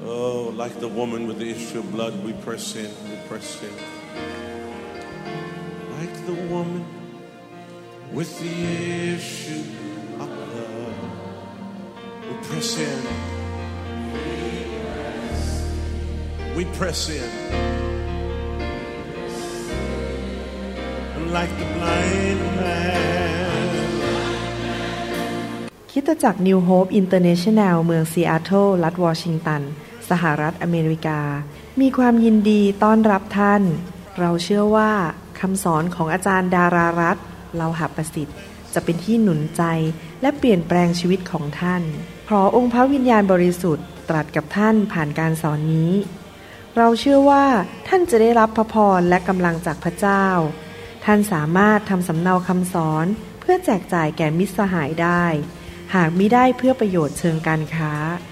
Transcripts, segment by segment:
Oh, like the woman with the issue of blood, we press in, we press in. Like the woman with the issue of blood, we press in. We press in. And like the blind man. คริสตจักร New Hope International เมืองซีแอตเทิลรัฐวอชิงตันสหรัฐอเมริกามีความยินดีต้อนรับท่านเราเชื่อว่าคำสอนของอาจารย์ดารารัตน์เลาหะประสิทธิ์จะเป็นที่หนุนใจและเปลี่ยนแปลงชีวิตของท่านขอองค์พระวิญญาณบริสุทธิ์ตรัสกับท่านผ่านการสอนนี้เราเชื่อว่าท่านจะได้รับพระพรและกำลังจากพระเจ้าท่านสามารถทำสำเนาคำสอนเพื่อแจกจ่ายแก่มิตรสหายได้หากมิได้เพื่อประโยชน์เชิงการค้า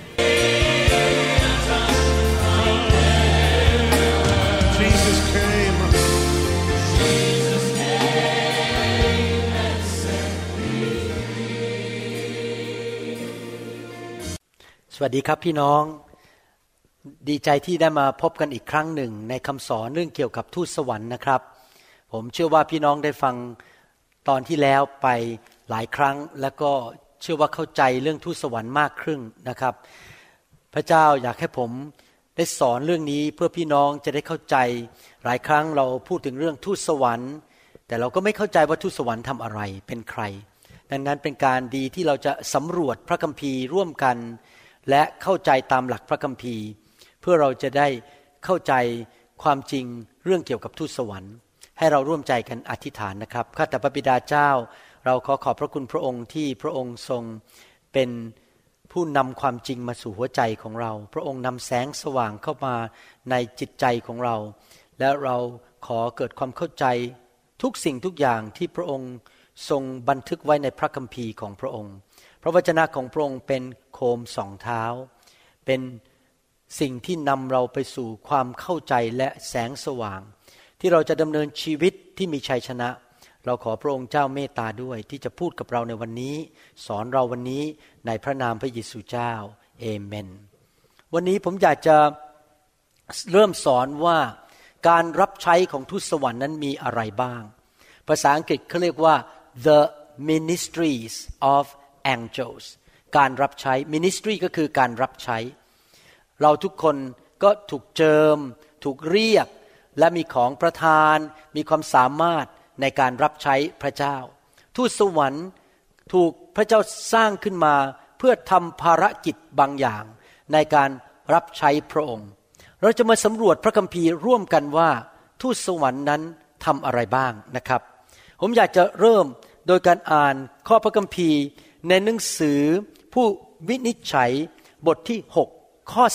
สวัสดีครับพี่น้องดีใจที่ได้มาพบกันอีกครั้งหนึ่งในคำสอนเรื่องเกี่ยวกับทูตสวรรค์นะครับผมเชื่อว่าพี่น้องได้ฟังตอนที่แล้วไปหลายครั้งแล้วก็เชื่อว่าเข้าใจเรื่องทูตสวรรค์มากขึ้นนะครับพระเจ้าอยากให้ผมได้สอนเรื่องนี้เพื่อพี่น้องจะได้เข้าใจหลายครั้งเราพูดถึงเรื่องทูตสวรรค์แต่เราก็ไม่เข้าใจว่าทูตสวรรค์ทำอะไรเป็นใครดังนั้นเป็นการดีที่เราจะสำรวจพระคัมภีร์ร่วมกันและเข้าใจตามหลักพระคัมภีร์เพื่อเราจะได้เข้าใจความจริงเรื่องเกี่ยวกับทูตสวรรค์ให้เราร่วมใจกันอธิษฐานนะครับข้าแต่พระบิดาเจ้าเราขอบพระคุณพระองค์ที่พระองค์ทรงเป็นผู้นำความจริงมาสู่หัวใจของเราพระองค์นำแสงสว่างเข้ามาในจิตใจของเราและเราขอเกิดความเข้าใจทุกสิ่งทุกอย่างที่พระองค์ทรงบันทึกไว้ในพระคัมภีร์ของพระองค์พระวจนะของพระองค์เป็นโคมส่องเท้าเป็นสิ่งที่นำเราไปสู่ความเข้าใจและแสงสว่างที่เราจะดำเนินชีวิตที่มีชัยชนะเราขอพระองค์เจ้าเมตตาด้วยที่จะพูดกับเราในวันนี้สอนเราวันนี้ในพระนามพระเยซูเจ้าเอเมนวันนี้ผมอยากจะเริ่มสอนว่าการรับใช้ของทูตสวรรค์นั้นมีอะไรบ้างภาษาอังกฤษเขาเรียกว่า the ministries of angels การรับใช้ ministry ก็คือการรับใช้เราทุกคนก็ถูกเจิมถูกเรียกและมีของประทานมีความสามารถในการรับใช้พระเจ้าทูตสวรรค์ถูกพระเจ้าสร้างขึ้นมาเพื่อทำภารกิจบางอย่างในการรับใช้พระองค์เราจะมาสำรวจพระคัมภีร์ร่วมกันว่าทูตสวรรค์นั้นทำอะไรบ้างนะครับผมอยากจะเริ่มโดยการอ่านข้อพระคัมภีร์ในหนังสือผู้วินิจฉัยบทที่6ข้อ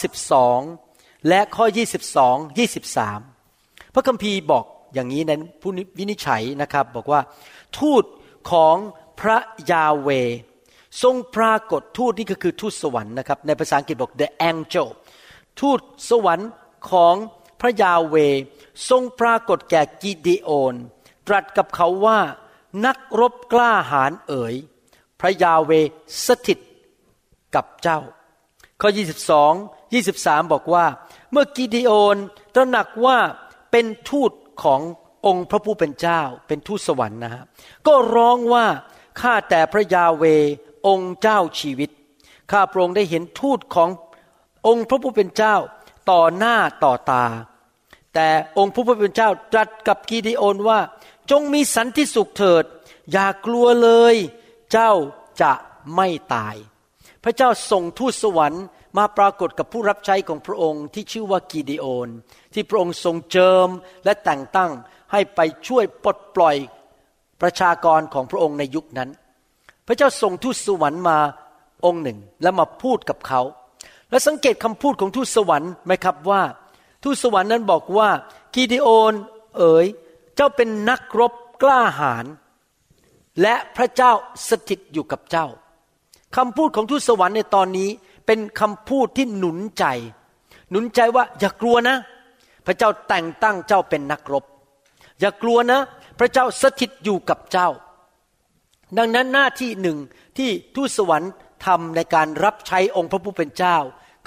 12และข้อ22 23พระคัมภีร์บอกอย่างนี้ในผู้วินิจฉัยนะครับบอกว่าทูตของพระยาเวห์ทรงปรากฏทูตนี่ก็คือทูตสวรรค์นะครับในภาษาอังกฤษบอก the angel ทูตสวรรค์ของพระยาเวห์ทรงปรากฏแก่กิเดโอนตรัสกับเขาว่านักรบกล้าหาญเอ๋ยพระยาเวห์สถิตกับเจ้าข้อ22 23บอกว่าเมื่อกิเดโอนตระหนักว่าเป็นทูตขององค์พระผู้เป็นเจ้าเป็นทูตสวรรค์นะฮะก็ร้องว่าข้าแต่พระยาเวห์องค์เจ้าชีวิตข้าพระองค์ได้เห็นทูตขององค์พระผู้เป็นเจ้าต่อหน้าต่อตาแต่องค์พระผู้เป็นเจ้าตรัสกับกิเดโอนว่าจงมีสันติสุขเถิดอย่ากลัวเลยเจ้าจะไม่ตายพระเจ้าส่งทูตสวรรค์มาปรากฏกับผู้รับใช้ของพระองค์ที่ชื่อว่ากิเดโอนที่พระองค์ทรงเจิมและแต่งตั้งให้ไปช่วยปลดปล่อยประชากรของพระองค์ในยุคนั้นพระเจ้าส่งทูตสวรรค์มาองค์หนึ่งแล้วมาพูดกับเขาและสังเกตคำพูดของทูตสวรรค์ไหมครับว่าทูตสวรรค์นั้นบอกว่ากิเดโอนเอ๋ยเจ้าเป็นนักรบกล้าหาญและพระเจ้าสถิตอยู่กับเจ้าคำพูดของทูตสวรรค์ในตอนนี้เป็นคำพูดที่หนุนใจว่าอย่ากลัวนะพระเจ้าแต่งตั้งเจ้าเป็นนักรบอย่ากลัวนะพระเจ้าสถิตอยู่กับเจ้าดังนั้นหน้าที่หนึ่งที่ทูตสวรรค์ทำในการรับใช้องค์พระผู้เป็นเจ้า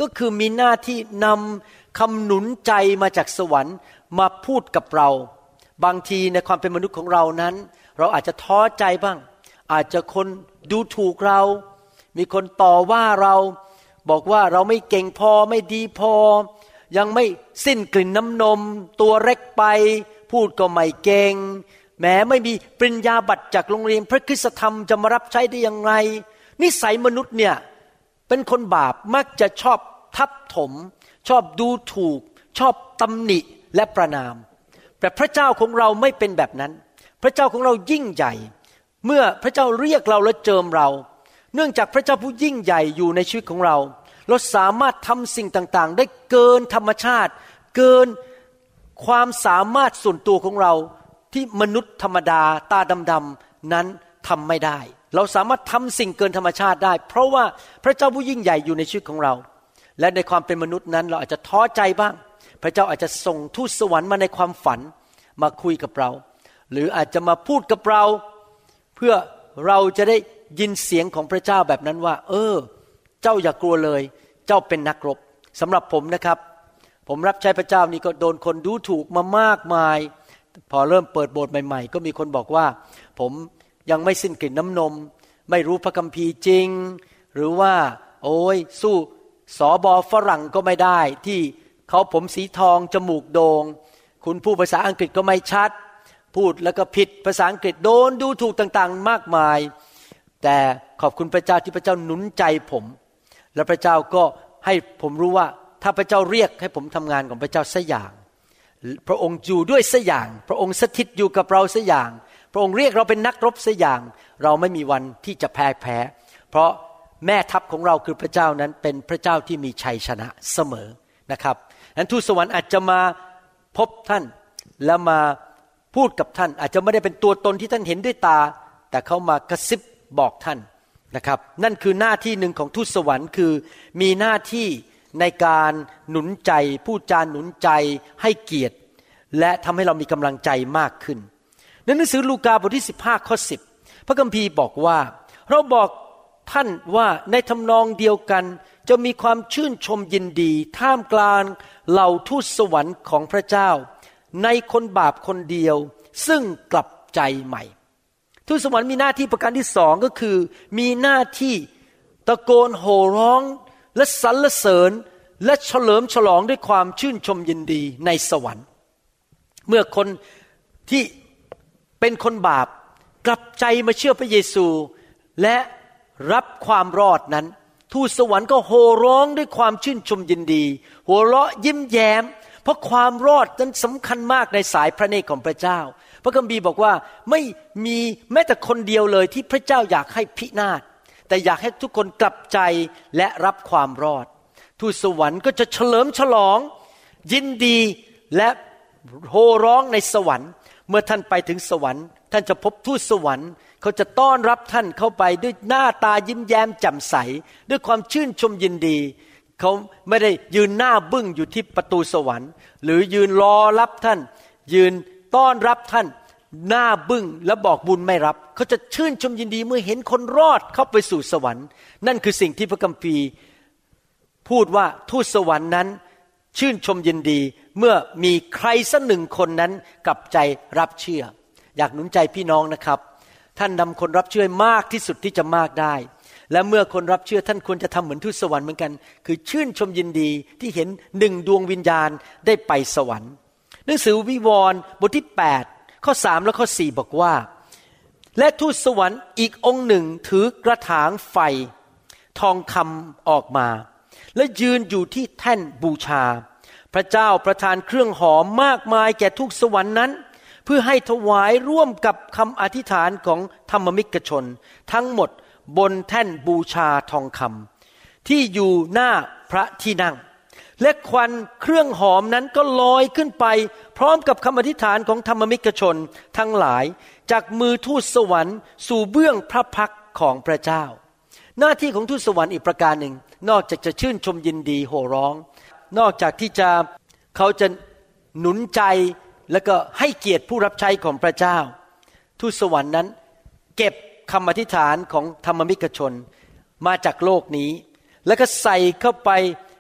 ก็คือมีหน้าที่นำคำหนุนใจมาจากสวรรค์มาพูดกับเราบางทีในความเป็นมนุษย์ของเรานั้นเราอาจจะท้อใจบ้างอาจจะคนดูถูกเรามีคนต่อว่าเราบอกว่าเราไม่เก่งพอไม่ดีพอยังไม่สิ้นกลิ่นน้ำนมตัวเล็กไปพูดก็ไม่เก่งแม้ไม่มีปริญญาบัตรจากโรงเรียนพระคริสตธรรมจะมารับใช้ได้อย่างไรนิสัยมนุษย์เนี่ยเป็นคนบาปมักจะชอบทับถมชอบดูถูกชอบตำหนิและประณามแต่พระเจ้าของเราไม่เป็นแบบนั้นพระเจ้าของเรายิ่งใหญ่เมื่อพระเจ้าเรียกเราและเจิมเราเนื่องจากพระเจ้าผู้ยิ่งใหญ่อยู่ในชีวิตของเราเราสามารถทำสิ่งต่างๆได้เกินธรรมชาติเกินความสามารถส่วนตัวของเราที่มนุษย์ธรรมดาตาดำๆนั้นทำไม่ได้เราสามารถทำสิ่งเกินธรรมชาติได้เพราะว่าพระเจ้าผู้ยิ่งใหญ่อยู่ในชีวิตของเราและในความเป็นมนุษย์นั้นเราอาจจะท้อใจบ้างพระเจ้าอาจจะส่งทูตสวรรค์มาในความฝันมาคุยกับเราหรืออาจจะมาพูดกับเราเพื่อเราจะได้ยินเสียงของพระเจ้าแบบนั้นว่าเจ้าอย่ากลัวเลยเจ้าเป็นนักรบสำหรับผมนะครับผมรับใช้พระเจ้านี่ก็โดนคนดูถูกมามากมายพอเริ่มเปิดโบสถ์ใหม่ๆก็มีคนบอกว่าผมยังไม่สิ้นกลิ่นน้ำนมไม่รู้พระคัมภีร์จริงหรือว่าโอ้ยสู้สบฝรั่งก็ไม่ได้ที่เขาผมสีทองจมูกโด่งคุณพูดภาษาอังกฤษก็ไม่ชัดพูดแล้วก็ผิดภาษาอังกฤษโดนดูถูกต่างๆมากมายแต่ขอบคุณพระเจ้าที่พระเจ้าหนุนใจผมและพระเจ้าก็ให้ผมรู้ว่าถ้าพระเจ้าเรียกให้ผมทำงานของพระเจ้าสักอย่างพระองค์อยู่ด้วยสักอย่างพระองค์สถิตอยู่กับเราสักอย่างพระองค์เรียกเราเป็นนักรบสักอย่างเราไม่มีวันที่จะแพ้เพราะแม่ทัพของเราคือพระเจ้านั้นเป็นพระเจ้าที่มีชัยชนะเสมอนะครับนั้นทูตสวรรค์อาจจะมาพบท่านแล้วมาพูดกับท่านอาจจะไม่ได้เป็นตัวตนที่ท่านเห็นด้วยตาแต่เขามากระซิบบอกท่านนะครับนั่นคือหน้าที่หนึ่งของทูตสวรรค์คือมีหน้าที่ในการหนุนใจพูดจาหนุนใจให้เกียรติและทำให้เรามีกำลังใจมากขึ้นในหนังสือลูกาบทที่15ข้อ10พระคัมภีร์บอกว่าเราบอกท่านว่าในทำนองเดียวกันจะมีความชื่นชมยินดีท่ามกลางเหล่าทูตสวรรค์ของพระเจ้าในคนบาปคนเดียวซึ่งกลับใจใหม่ทูตสวรรค์มีหน้าที่ประการที่สองก็คือมีหน้าที่ตะโกนโห่ร้องและสรรเสริญและเฉลิมฉลองด้วยความชื่นชมยินดีในสวรรค์เมื่อคนที่เป็นคนบาปกลับใจมาเชื่อพระเยซูและรับความรอดนั้นทูตสวรรค์ก็โห่ร้องด้วยความชื่นชมยินดีหัวเราะยิ้มแย้มเพราะความรอดนั้นสำคัญมากในสายพระเนตรของพระเจ้าพระคัมภีร์บอกว่าไม่มีแม้แต่คนเดียวเลยที่พระเจ้าอยากให้พินาศแต่อยากให้ทุกคนกลับใจและรับความรอดทูตสวรรค์ก็จะเฉลิมฉลองยินดีและโห่ร้องในสวรรค์เมื่อท่านไปถึงสวรรค์ท่านจะพบทูตสวรรค์เขาจะต้อนรับท่านเข้าไปด้วยหน้าตายิ้มแย้มแจ่มใสด้วยความชื่นชมยินดีเขาไม่ได้ยืนหน้าบึ้งอยู่ที่ประตูสวรรค์หรือยืนรอรับท่านยืนต้อนรับท่านหน้าบึ้งแล้วบอกบุญไม่รับเขาจะชื่นชมยินดีเมื่อเห็นคนรอดเข้าไปสู่สวรรค์นั่นคือสิ่งที่พระคัมภีร์พูดว่าทูตสวรรค์นั้นชื่นชมยินดีเมื่อมีใครสักหนึ่งคนนั้นกลับใจรับเชื่ออยากหนุนใจพี่น้องนะครับท่านนำคนรับเชื่อมากที่สุดที่จะมากได้และเมื่อคนรับเชื่อท่านควรจะทำเหมือนทูตสวรรค์เหมือนกันคือชื่นชมยินดีที่เห็นหนึ่งดวงวิญญาณได้ไปสวรรค์หนังสือวิวรณ์บทที่8ข้อ3และข้อ4บอกว่าและทูตสวรรค์อีกองค์หนึ่งถือกระถางไฟทองคำออกมาและยืนอยู่ที่แท่นบูชาพระเจ้าประทานเครื่องหอมมากมายแก่ทูตสวรรค์นั้นเพื่อให้ถวายร่วมกับคำอธิษฐานของธรรมมิกชนทั้งหมดบนแท่นบูชาทองคำที่อยู่หน้าพระที่นั่งและควันเครื่องหอมนั้นก็ลอยขึ้นไปพร้อมกับคำอธิษฐานของธรรมมิกชนทั้งหลายจากมือทูตสวรรค์สู่เบื้องพระพักของพระเจ้าหน้าที่ของทูตสวรรค์อีกประการหนึ่งนอกจากจะชื่นชมยินดีโห่ร้องนอกจากที่เขาจะหนุนใจแล้วก็ให้เกียรติผู้รับใช้ของพระเจ้าทูตสวรรค์นั้นเก็บคำอธิษฐานของธรรมมิกชนมาจากโลกนี้แล้วก็ใส่เข้าไป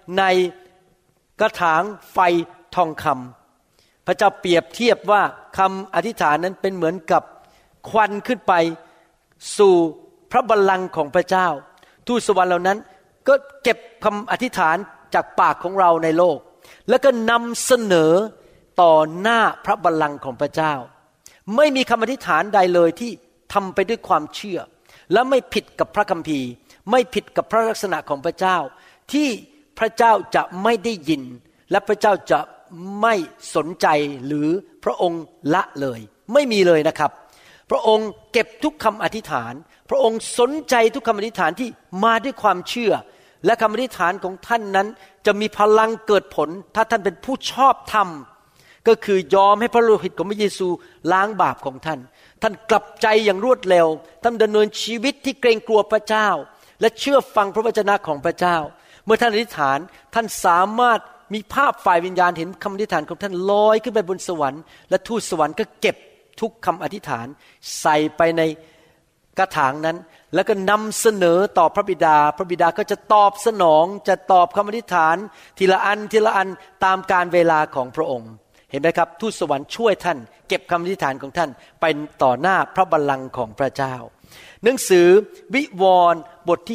ในกระถางไฟทองคำพระเจ้าเปรียบเทียบว่าคำอธิษฐานนั้นเป็นเหมือนกับควันขึ้นไปสู่พระบัลลังก์ของพระเจ้าทูตสวรรค์เหล่านั้นก็เก็บคำอธิษฐานจากปากของเราในโลกแล้วก็นำเสนอต่อหน้าพระบัลลังก์ของพระเจ้าไม่มีคำอธิษฐานใดเลยที่ทำไปด้วยความเชื่อและไม่ผิดกับพระคัมภีร์ไม่ผิดกับพระลักษณะของพระเจ้าที่พระเจ้าจะไม่ได้ยินและพระเจ้าจะไม่สนใจหรือพระองค์ละเลยไม่มีเลยนะครับพระองค์เก็บทุกคำอธิษฐานพระองค์สนใจทุกคำอธิษฐานที่มาด้วยความเชื่อและคำอธิษฐานของท่านนั้นจะมีพลังเกิดผลถ้าท่านเป็นผู้ชอบธรรมก็คือยอมให้พระโลหิตของพระเยซูล้างบาปของท่านท่านกลับใจอย่างรวดเร็วท่านดำเนินชีวิตที่เกรงกลัวพระเจ้าและเชื่อฟังพระวจนะของพระเจ้าเมื่อท่านอธิษฐานท่านสามารถมีภาพฝ่ายวิญญาณเห็นคำอธิษฐานของท่านลอยขึ้นไปบนสวรรค์และทูตสวรรค์ก็เก็บทุกคำอธิษฐานใส่ไปในกระถางนั้นแล้วก็นำเสนอต่อพระบิดาพระบิดาก็จะตอบสนองจะตอบคำอธิษฐานทีละอันทีละอันตามกาลเวลาของพระองค์เห็นไหมครับทูตสวรรค์ช่วยท่านเก็บคำอธิษฐานของท่านไปต่อหน้าพระบัลลังก์ของพระเจ้าหนังสือวิวรณ์บทที่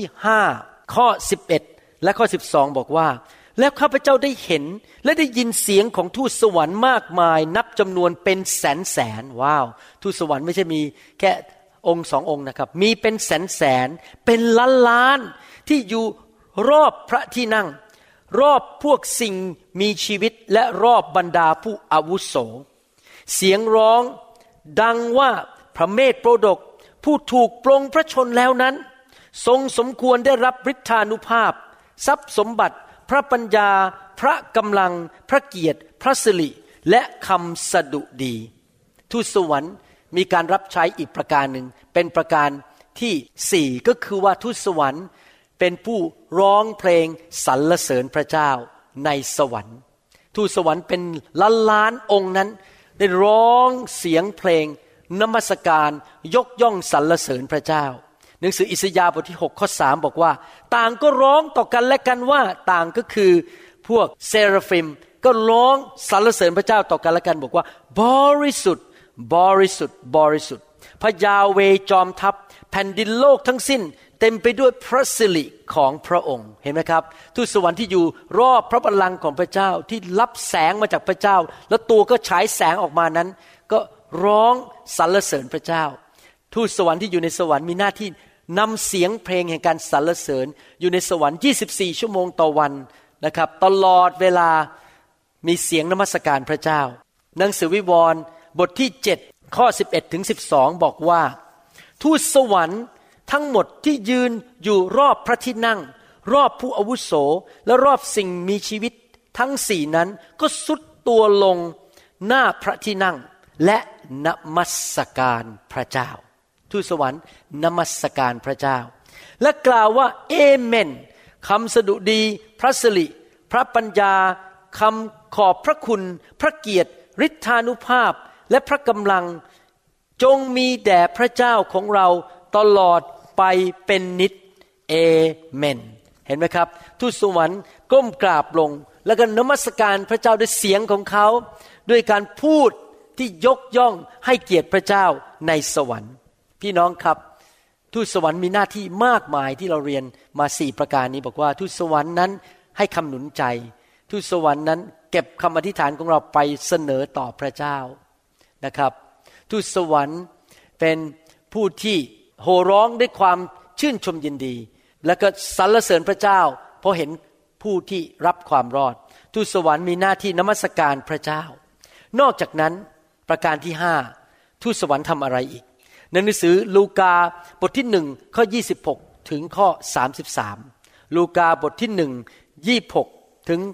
5ข้อ11และข้อ12บอกว่าแล้วข้าพเจ้าได้เห็นและได้ยินเสียงของทูตสวรรค์มากมายนับจำนวนเป็นแสนว้าวทูตสวรรค์ไม่ใช่มีแค่องค์สององค์นะครับมีเป็นแสนเป็นล้านที่อยู่รอบพระที่นั่งรอบพวกสิ่งมีชีวิตและรอบบรรดาผู้อาวุโสเสียงร้องดังว่าพระเมธโปรดกผู้ถูกปลงพระชนแล้วนั้นทรงสมควรได้รับฤทธานุภาพทรัพย์สมบัติพระปัญญาพระกำลังพระเกียรติพระสิริและคำสดุดีทูตสวรรค์มีการรับใช้อีกประการหนึ่งเป็นประการที่4ก็คือว่าทูตสวรรค์เป็นผู้ร้องเพลงสรรเสริญพระเจ้าในสวรรค์ทูตสวรรค์เป็นล้านองค์นั้นได้ร้องเสียงเพลงนมัสการยกย่องสรรเสริญพระเจ้าหนังสืออิสยาห์บทที่6ข้อ3บอกว่าต่างก็ร้องต่อกันและกันว่าต่างก็คือพวกเซราฟิมก็ร้องสรรเสริญพระเจ้าต่อกันและกันบอกว่าบริสุทธิ์บริสุทธิ์บริสุทธิ์พระยาเวห์จอมทัพแผ่นดินโลกทั้งสิ้นเต็มไปด้วยพระสิริของพระองค์เห็นไหมครับทูตสวรรค์ที่อยู่รอบพระบัลลังก์ของพระเจ้าที่รับแสงมาจากพระเจ้าแล้วตัวก็ฉายแสงออกมานั้นก็ร้องสรรเสริญพระเจ้าทูตสวรรค์ที่อยู่ในสวรรค์มีหน้าที่นำเสียงเพลงแห่งการสรรเสริญอยู่ในสวรรค์24ชั่วโมงต่อวันนะครับตลอดเวลามีเสียงนมัสการพระเจ้าหนังสือวิวรณ์บทที่7ข้อ11ถึง12บอกว่าทูตสวรรค์ทั้งหมดที่ยืนอยู่รอบพระที่นั่งรอบผู้อาวุโสและรอบสิ่งมีชีวิตทั้ง4นั้นก็ทรุดตัวลงหน้าพระที่นั่งและนมัสการพระเจ้าทูตสวรรค์นมัสการพระเจ้าและกล่าวว่าเอเมนคำสดุดีพระสิริพระปัญญาคำขอบพระคุณพระเกียรติฤทธานุภาพและพระกำลังจงมีแด่พระเจ้าของเราตลอดไปเป็นนิจเอเมนเห็นไหมครับทูตสวรรค์ก้มกราบลงแล้วก็นมัสการพระเจ้าด้วยเสียงของเขาด้วยการพูดที่ยกย่องให้เกียรติพระเจ้าในสวรรค์พี่น้องครับทูตสวรรค์มีหน้าที่มากมายที่เราเรียนมา4ประการนี้บอกว่าทูตสวรรค์นั้นให้คำหนุนใจทูตสวรรค์นั้นเก็บคำอธิษฐานของเราไปเสนอต่อพระเจ้านะครับทูตสวรรค์เป็นผู้ที่โห่ร้องด้วยความชื่นชมยินดีแล้วก็สรรเสริญพระเจ้าเพราะเห็นผู้ที่รับความรอดทูตสวรรค์มีหน้าที่นมัสการพระเจ้านอกจากนั้นประการที่5ทูตสวรรค์ทำอะไรอีกในหนังสือลูกาบทที่1ข้อ26ถึงข้อ33ลูกาบทที่1 26ถึง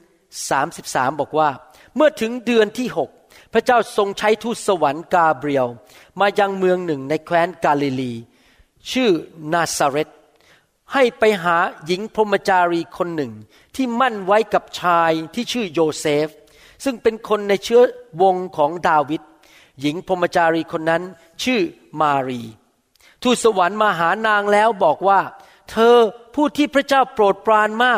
33บอกว่าเมื่อถึงเดือนที่6พระเจ้าทรงใช้ทูตสวรรค์กาเบรียลมายังเมืองหนึ่งในแคว้นกาลิลีชื่อนาซาเรตให้ไปหาหญิงพรหมจารีคนหนึ่งที่มั่นไว้กับชายที่ชื่อโยเซฟซึ่งเป็นคนในเชื้อวงของดาวิดหญิงพรหมจารีคนนั้นชื่อมารีทูตสวรรค์มาหานางแล้วบอกว่าเธอผู้ที่พระเจ้าโปรดปรานมาก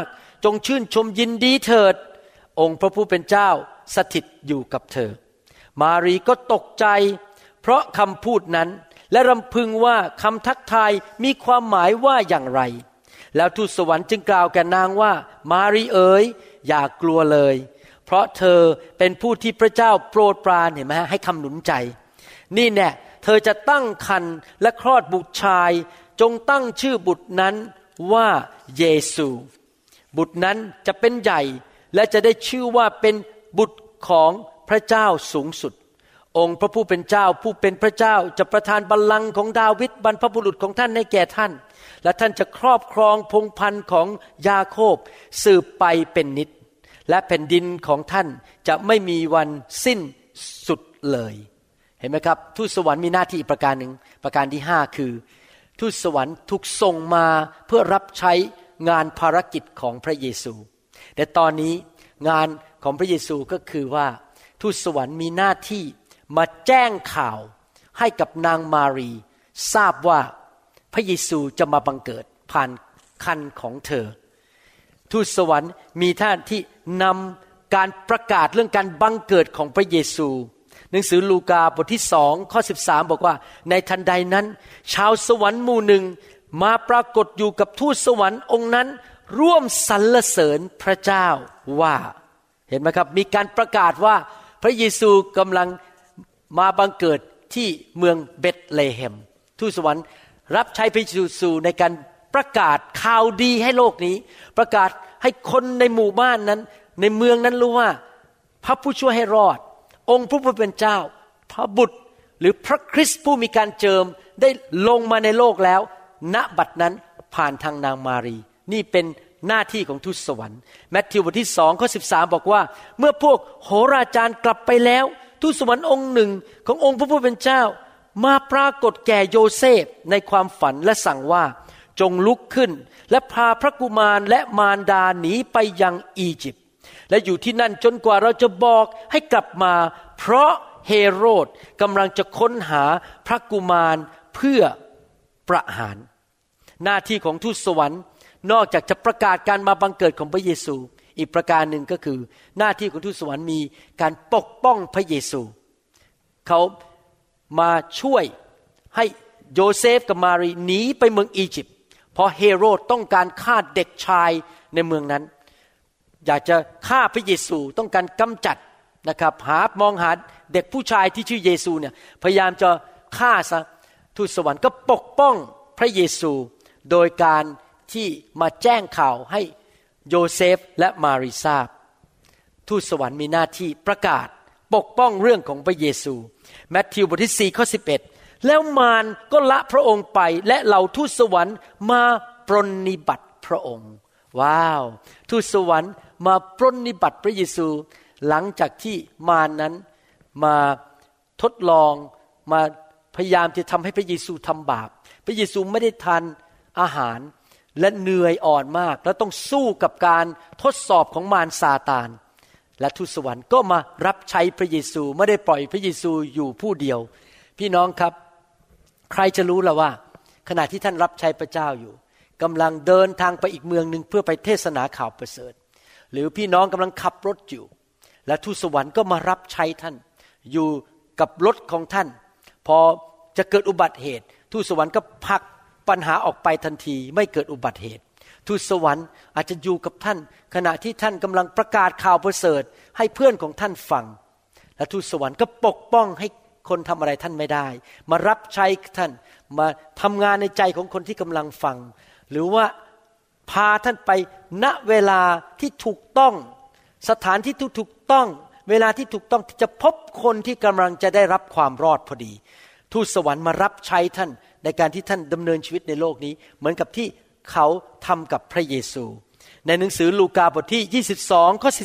จงชื่นชมยินดีเถิดองค์พระผู้เป็นเจ้าสถิตอยู่กับเธอมารีก็ตกใจเพราะคำพูดนั้นและรำพึงว่าคำทักทายมีความหมายว่าอย่างไรแล้วทูตสวรรค์จึงกล่าวแก่นางว่ามารีเอ๋ยอย่ากลัวเลยเพราะเธอเป็นผู้ที่พระเจ้าโปรดปรานเห็นไหมให้คำหนุนใจนี่แน่เธอจะตั้งครรภ์และคลอดบุตรชายจงตั้งชื่อบุตรนั้นว่าเยซูบุตรนั้นจะเป็นใหญ่และจะได้ชื่อว่าเป็นบุตรของพระเจ้าสูงสุดองค์พระผู้เป็นเจ้าผู้เป็นพระเจ้าจะประทานบัลลังก์ของดาวิดบรรพบุรุษของท่านให้แก่ท่านและท่านจะครอบครองพงศ์พันธุ์ของยาโคบสืบไปเป็นนิจและแผ่นดินของท่านจะไม่มีวันสิ้นสุดเลยเห็นไหมครับทูตสวรรค์มีหน้าที่อีกประการหนึ่งประการที่5คือทูตสวรรค์ถูกส่งมาเพื่อรับใช้งานภารกิจของพระเยซูแต่ตอนนี้งานของพระเยซูก็คือว่าทูตสวรรค์มีหน้าที่มาแจ้งข่าวให้กับนางมารีทราบว่าพระเยซูจะมาบังเกิดผ่านครรภ์ของเธอทูตสวรรค์มีหน้าที่นำการประกาศเรื่องการบังเกิดของพระเยซูหนังสือลูกาบทที่2ข้อ13บอกว่าในทันใดนั้นชาวสวรรค์หมู่หนึ่งมาปรากฏอยู่กับทูตสวรรค์องค์นั้นร่วมสรรเสริญพระเจ้าว่าเห็นไหมครับมีการประกาศว่าพระเยซูกำลังมาบังเกิดที่เมืองเบธเลเฮมทูตสวรรค์รับใช้พระเยซูในการประกาศข่าวดีให้โลกนี้ประกาศให้คนในหมู่บ้านนั้นในเมืองนั้นรู้ว่าพระผู้ช่วยให้รอดองค์พระผู้เป็นเจ้าพระบุตรหรือพระคริสต์ผู้มีการเจิมได้ลงมาในโลกแล้วณบัดนั้นผ่านทางนางมารีนี่เป็นหน้าที่ของทูตสวรรค์มัทธิวบทที่2ข้อ13บอกว่าเมื่อพวกโหราจารย์กลับไปแล้วทูตสวรรค์องค์หนึ่งขององค์พระผู้เป็นเจ้ามาปรากฏแก่โยเซฟในความฝันและสั่งว่าจงลุกขึ้นและพาพระกุมารและมารดาหนีไปยังอียิปต์และอยู่ที่นั่นจนกว่าเราจะบอกให้กลับมาเพราะเฮโรดกำลังจะค้นหาพระกุมารเพื่อประหารหน้าที่ของทูตสวรรค์นอกจากจะประกาศการมาบังเกิดของพระเยซูอีกประการหนึ่งก็คือหน้าที่ของทูตสวรรค์มีการปกป้องพระเยซูเขามาช่วยให้โยเซฟกับมารีหนีไปเมืองอียิปต์เพราะเฮโรดต้องการฆ่าเด็กชายในเมืองนั้นอยากจะฆ่าพระเยซูต้องการกำจัดนะครับมองหาเด็กผู้ชายที่ชื่อเยซูเนี่ยพยายามจะฆ่าซะทูตสวรรค์ก็ปกป้องพระเยซูโดยการที่มาแจ้งข่าวให้โยเซฟและมารีทราบทูตสวรรค์มีหน้าที่ประกาศปกป้องเรื่องของพระเยซูมัทธิวบทที่4ข้อ11แล้วมารก็ละพระองค์ไปและเหล่าทูตสวรรค์มาปรนนิบัติพระองค์ว้าวทูตสวรรค์มาปรนนิบัติพระเยซูหลังจากที่มารนั้นมาทดลองมาพยายามจะทำให้พระเยซูทำบาปพระเยซูไม่ได้ทานอาหารและเหนื่อยอ่อนมากแล้วต้องสู้กับการทดสอบของมารซาตานและทูตสวรรค์ก็มารับใช้พระเยซูไม่ได้ปล่อยพระเยซูอยู่ผู้เดียวพี่น้องครับใครจะรู้ล่ะว่าขณะที่ท่านรับใช้พระเจ้าอยู่กำลังเดินทางไปอีกเมืองนึงเพื่อไปเทศนาข่าวประเสริฐหรือพี่น้องกำลังขับรถอยู่และทูตสวรรค์ก็มารับใช้ท่านอยู่กับรถของท่านพอจะเกิดอุบัติเหตุทูตสวรรค์ก็ผลักปัญหาออกไปทันทีไม่เกิดอุบัติเหตุทูตสวรรค์อาจจะอยู่กับท่านขณะที่ท่านกำลังประกาศข่าวประเสริฐให้เพื่อนของท่านฟังและทูตสวรรค์ก็ปกป้องให้คนทำอะไรท่านไม่ได้มารับใช้ท่านมาทำงานในใจของคนที่กำลังฟังหรือว่าพาท่านไปณเวลาที่ถูกต้องสถานที่ที่ถูกต้องเวลาที่ถูกต้องที่จะพบคนที่กำลังจะได้รับความรอดพอดีทูตสวรรค์มารับใช้ท่านในการที่ท่านดำเนินชีวิตในโลกนี้เหมือนกับที่เขาทำกับพระเยซูในหนังสือลูกาบทที่22ข้อ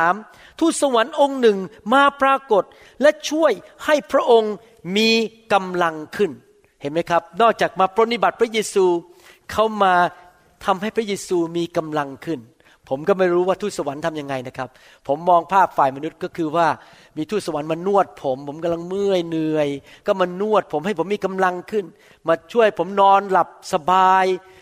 43ทูตสวรรค์องค์หนึ่งมาปรากฏและช่วยให้พระองค์มีกำลังขึ้นเห็นไหมครับนอกจากมาปรนนิบัติพระเยซูเขามาทำให้พระเยซูมีกำลังขึ้นผมก็ไม่รู้ว่าทูตสวรรค์ทำยังไงนะครับผมมองภาพฝ่ายมนุษย์ก็คือว่ามีทูตสวรรค์มานวดผมกำลังเมื่อยเหนื่อยก็มานวดผมให้ผมมีกำลังขึ้นมาช่วยผมนอนหลับสบาย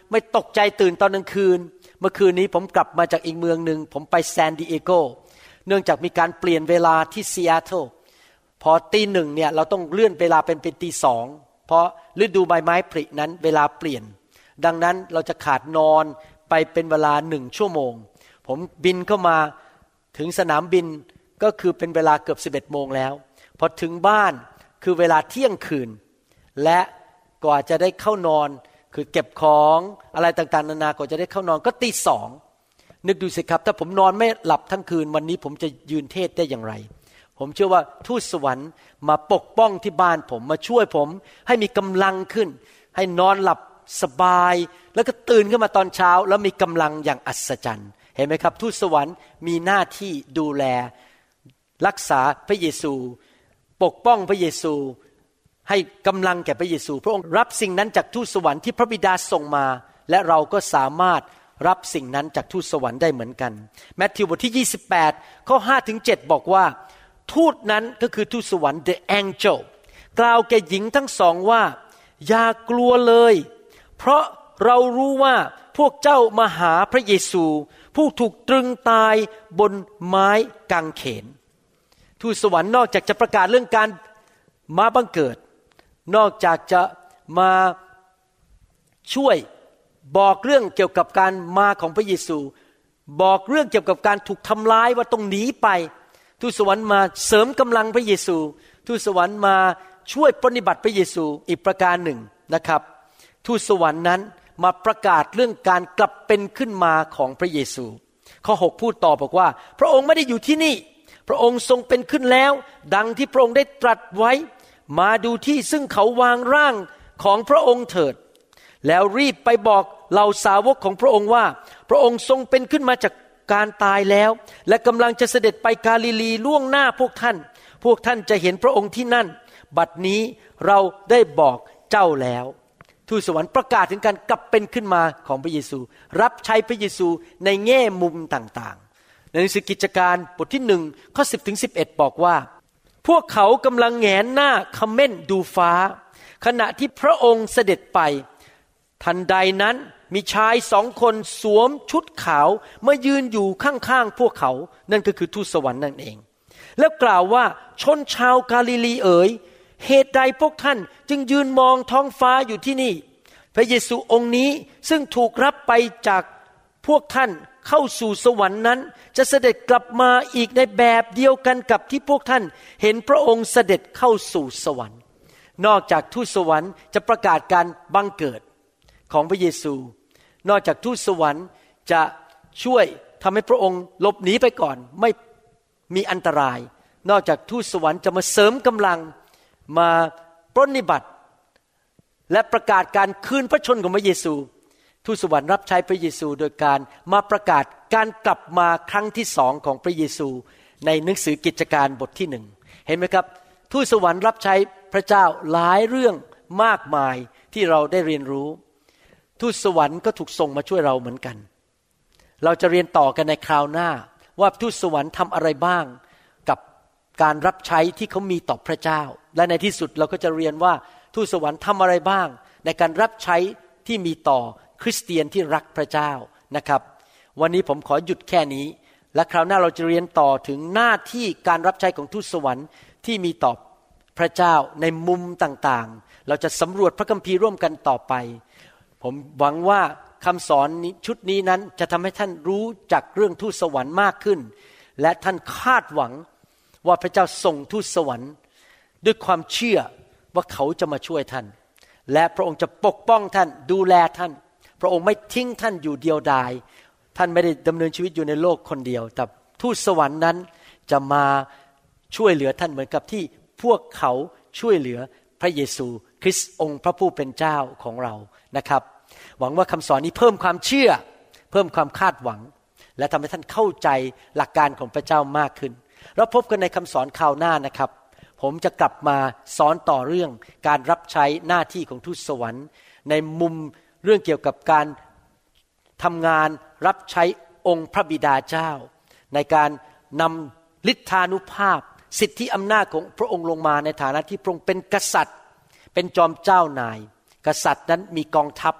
ไม่ตกใจตื่นตอนกลางคืนเมื่อคืนนี้ผมกลับมาจากอีกเมืองนึงผมไปซานดิเอโกเนื่องจากมีการเปลี่ยนเวลาที่ซีแอตเทิลพอตีหนึ่งเนี่ยเราต้องเลื่อนเวลาเป็นตีสองเพราะฤดูใบไม้ผลินั้นเวลาเปลี่ยนดังนั้นเราจะขาดนอนไปเป็นเวลา1 ชั่วโมงผมบินเข้ามาถึงสนามบินก็คือเป็นเวลาเกือบ11 โมงแล้วพอถึงบ้านคือเวลาเที่ยงคืนและกว่าจะได้เข้านอนคือเก็บของอะไรต่างๆนานากว่าจะได้เข้านอนก็ตีสองนึกดูสิครับถ้าผมนอนไม่หลับทั้งคืนวันนี้ผมจะยืนเทศได้อย่างไรผมเชื่อว่าทูตสวรรค์มาปกป้องที่บ้านผมมาช่วยผมให้มีกำลังขึ้นให้นอนหลับสบายแล้วก็ตื่นขึ้นมาตอนเช้าแล้วมีกำลังอย่างอัศจรรย์เห็นไหมครับทูตสวรรค์มีหน้าที่ดูแลรักษาพระเยซูปกป้องพระเยซูให้กำลังแก่พระเยซูพระองค์รับสิ่งนั้นจากทูตสวรรค์ที่พระบิดาส่งมาและเราก็สามารถรับสิ่งนั้นจากทูตสวรรค์ได้เหมือนกันมัทธิวบทที่28ข้อ 5-7 บอกว่าทูตนั้นก็คือทูตสวรรค์ the angel กล่าวแก่หญิงทั้งสองว่าอย่ากลัวเลยเพราะเรารู้ว่าพวกเจ้ามาหาพระเยซูผู้ถูกตรึงตายบนไม้กางเขนทูตสวรรค์นอกจากจะประกาศเรื่องการมาบังเกิดนอกจากจะมาช่วยบอกเรื่องเกี่ยวกับการมาของพระเยซูบอกเรื่องเกี่ยวกับการถูกทำร้ายว่าต้องหนีไปทูตสวรรค์มาเสริมกำลังพระเยซูทูตสวรรค์มาช่วยปฏิบัติพระเยซูอีกประการหนึ่งนะครับทูตสวรรค์นั้นมาประกาศเรื่องการกลับเป็นขึ้นมาของพระเยซูข้อ 6พูดต่อบอกว่าพระองค์ไม่ได้อยู่ที่นี่พระองค์ทรงเป็นขึ้นแล้วดังที่พระองค์ได้ตรัสไว้มาดูที่ซึ่งเขาวางร่างของพระองค์เถิดแล้วรีบไปบอกเหล่าสาวกของพระองค์ว่าพระองค์ทรงเป็นขึ้นมาจากการตายแล้วและกำลังจะเสด็จไปกาลิลีล่วงหน้าพวกท่านจะเห็นพระองค์ที่นั่นบัดนี้เราได้บอกเจ้าแล้วทูตสวรรค์ประกาศถึงการกลับเป็นขึ้นมาของพระเยซูรับใช้พระเยซูในแง่มุมต่างๆในหนังสือกิจการบทที่1ข้อ 10-11 บอกว่าพวกเขากำลังแหงนหน้าคำเม่นดูฟ้าขณะที่พระองค์เสด็จไปทันใดนั้นมีชาย2 คนสวมชุดขาวมายืนอยู่ข้างๆพวกเขานั่นก็คือทูตสวรรค์นั่นเองแล้วกล่าวว่าชนชาวกาลิลีเอ๋ยเหตุใดพวกท่านจึงยืนมองท้องฟ้าอยู่ที่นี่พระเยซูองค์นี้ซึ่งถูกรับไปจากพวกท่านเข้าสู่สวรรค์นั้นจะเสด็จกลับมาอีกในแบบเดียวกันกับที่พวกท่านเห็นพระองค์เสด็จเข้าสู่สวรรค์นอกจากทูตสวรรค์จะประกาศการบังเกิดของพระเยซูนอกจากทูตสวรรค์จะช่วยทำให้พระองค์หลบหนีไปก่อนไม่มีอันตรายนอกจากทูตสวรรค์จะมาเสริมกำลังมาปรนนิบัติและประกาศการคืนพระชนของพระเยซูทูตสวรรค์รับใช้พระเยซูโดยการมาประกาศการกลับมาครั้งที่2ของพระเยซูในหนังสือกิจการบทที่1เห็นไหมครับทูตสวรรค์รับใช้พระเจ้าหลายเรื่องมากมายที่เราได้เรียนรู้ทูตสวรรค์ก็ถูกส่งมาช่วยเราเหมือนกันเราจะเรียนต่อกันในคราวหน้าว่าทูตสวรรค์ทำอะไรบ้างกับการรับใช้ที่เขามีต่อพระเจ้าและในที่สุดเราก็จะเรียนว่าทูตสวรรค์ทำอะไรบ้างในการรับใช้ที่มีต่อคริสเตียนที่รักพระเจ้านะครับวันนี้ผมขอหยุดแค่นี้และคราวหน้าเราจะเรียนต่อถึงหน้าที่การรับใช้ของทูตสวรรค์ที่มีต่อพระเจ้าในมุมต่างๆเราจะสำรวจพระคัมภีร์ร่วมกันต่อไปผมหวังว่าคำสอนชุดนี้นั้นจะทำให้ท่านรู้จักเรื่องทูตสวรรค์มากขึ้นและท่านคาดหวังว่าพระเจ้าส่งทูตสวรรค์ด้วยความเชื่อว่าเขาจะมาช่วยท่านและพระองค์จะปกป้องท่านดูแลท่านพระองค์ไม่ทิ้งท่านอยู่เดียวดายท่านไม่ได้ดำเนินชีวิตอยู่ในโลกคนเดียวแต่ทูตสวรรค์นั้นจะมาช่วยเหลือท่านเหมือนกับที่พวกเขาช่วยเหลือพระเยซูคริสต์องค์พระผู้เป็นเจ้าของเรานะครับหวังว่าคำสอนนี้เพิ่มความเชื่อเพิ่มความคาดหวังและทำให้ท่านเข้าใจหลักการของพระเจ้ามากขึ้นแล้วพบกันในคำสอนคราวหน้านะครับผมจะกลับมาสอนต่อเรื่องการรับใช้หน้าที่ของทูตสวรรค์ในมุมเรื่องเกี่ยวกับการทำงานรับใช้องค์พระบิดาเจ้าในการนำฤทธานุภาพสิทธิอำนาจของพระองค์ลงมาในฐานะที่พระองค์เป็นกษัตริย์เป็นจอมเจ้านายกษัตริย์นั้นมีกองทัพ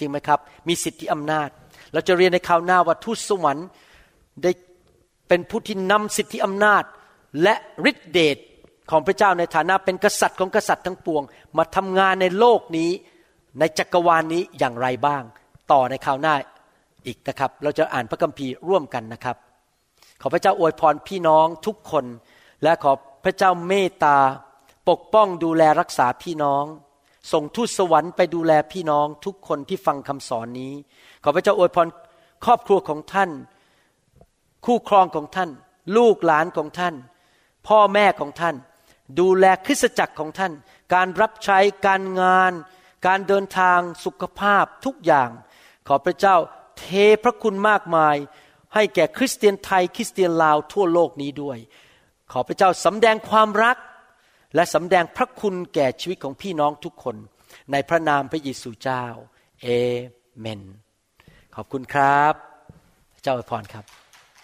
จริงไหมครับมีสิทธิอำนาจเราจะเรียนในคราวหน้าว่าทูตสวรรค์ได้เป็นผู้ที่นำสิทธิอำนาจและฤทธิเดชของพระเจ้าในฐานะเป็นกษัตริย์ของกษัตริย์ทั้งปวงมาทำงานในโลกนี้ในจักรวาลนี้อย่างไรบ้างต่อในคราวหน้าอีกนะครับเราจะอ่านพระคัมภีร์ร่วมกันนะครับขอพระเจ้าอวยพรพี่น้องทุกคนและขอพระเจ้าเมตตาปกป้องดูแลรักษาพี่น้องส่งทูตสวรรค์ไปดูแลพี่น้องทุกคนที่ฟังคำสอนนี้ขอพระเจ้าอวยพรครอบครัวของท่านคู่ครองของท่านลูกหลานของท่านพ่อแม่ของท่านดูแลคริสตจักรของท่านการรับใช้การงานการเดินทางสุขภาพทุกอย่างขอพระเจ้าเทพระคุณมากมายให้แก่คริสเตียนไทยคริสเตียนลาวทั่วโลกนี้ด้วยขอพระเจ้าสำแดงความรักและสำแดงพระคุณแก่ชีวิตของพี่น้องทุกคนในพระนามพระเยซูเจ้าเอเมนขอบคุณครับพระเจ้าอวยพรครับ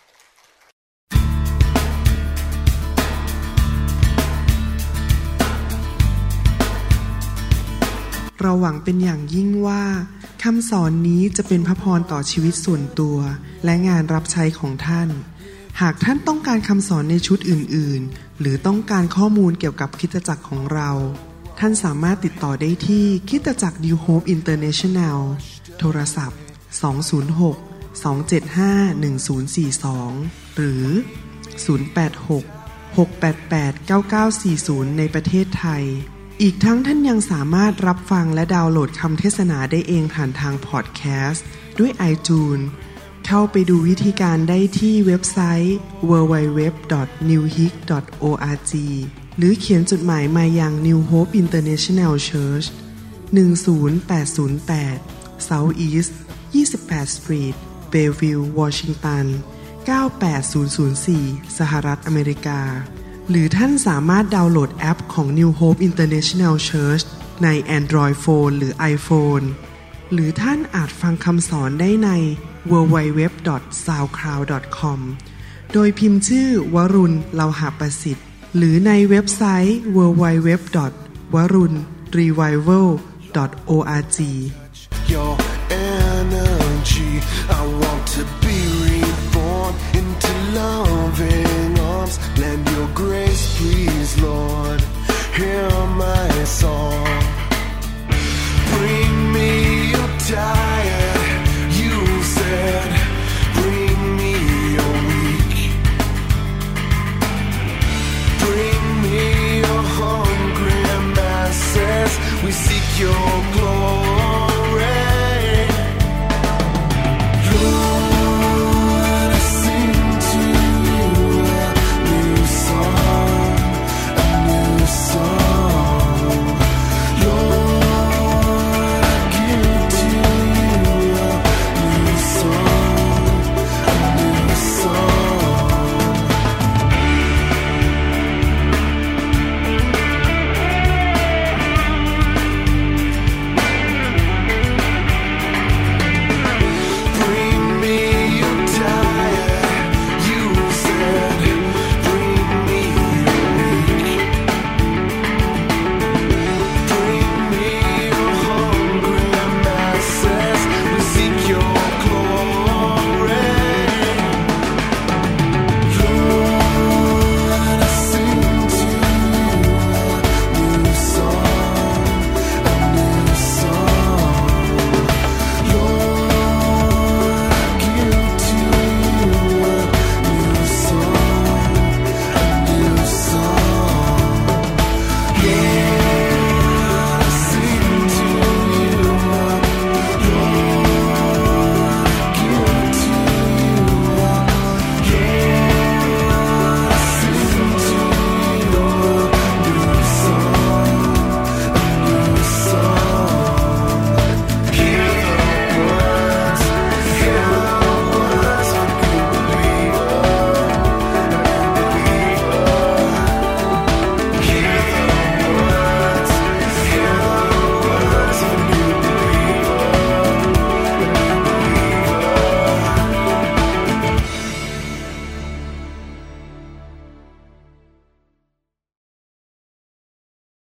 เราหวังเป็นอย่างยิ่งว่าคำสอนนี้จะเป็นพระพรต่อชีวิตส่วนตัวและงานรับใช้ของท่านหากท่านต้องการคำสอนในชุดอื่นๆหรือต้องการข้อมูลเกี่ยวกับคริสตจักรของเราท่านสามารถติดต่อได้ที่คริสตจักร New Hope International โทรศัพท์206-275-1042หรือ086-688-9940ในประเทศไทยอีกทั้งท่านยังสามารถรับฟังและดาวน์โหลดคำเทศนาได้เองผ่านทางพอดแคสต์ด้วย iTunes เข้าไปดูวิธีการได้ที่เว็บไซต์ www.newhope.org หรือเขียนจดหมายมายัง New Hope International Church 10808 South East 28 Street Bellevue Washington 98004 สหรัฐอเมริกาหรือท่านสามารถดาวน์โหลดแอปของ New Hope International Church ใน Android Phone หรือ iPhone หรือท่านอาจฟังคำสอนได้ใน www.soundcloud.com โดยพิมพ์ชื่อวรุณ เลาหะประสิทธิ์หรือในเว็บไซต์ www.warunrevival.org Your energy, I want to be reborn into loving arms. Lend your grace, please, Lord. Hear my song. Bring me your tired, you said. Bring me your weak. Bring me your hungry masses. We seek your glory.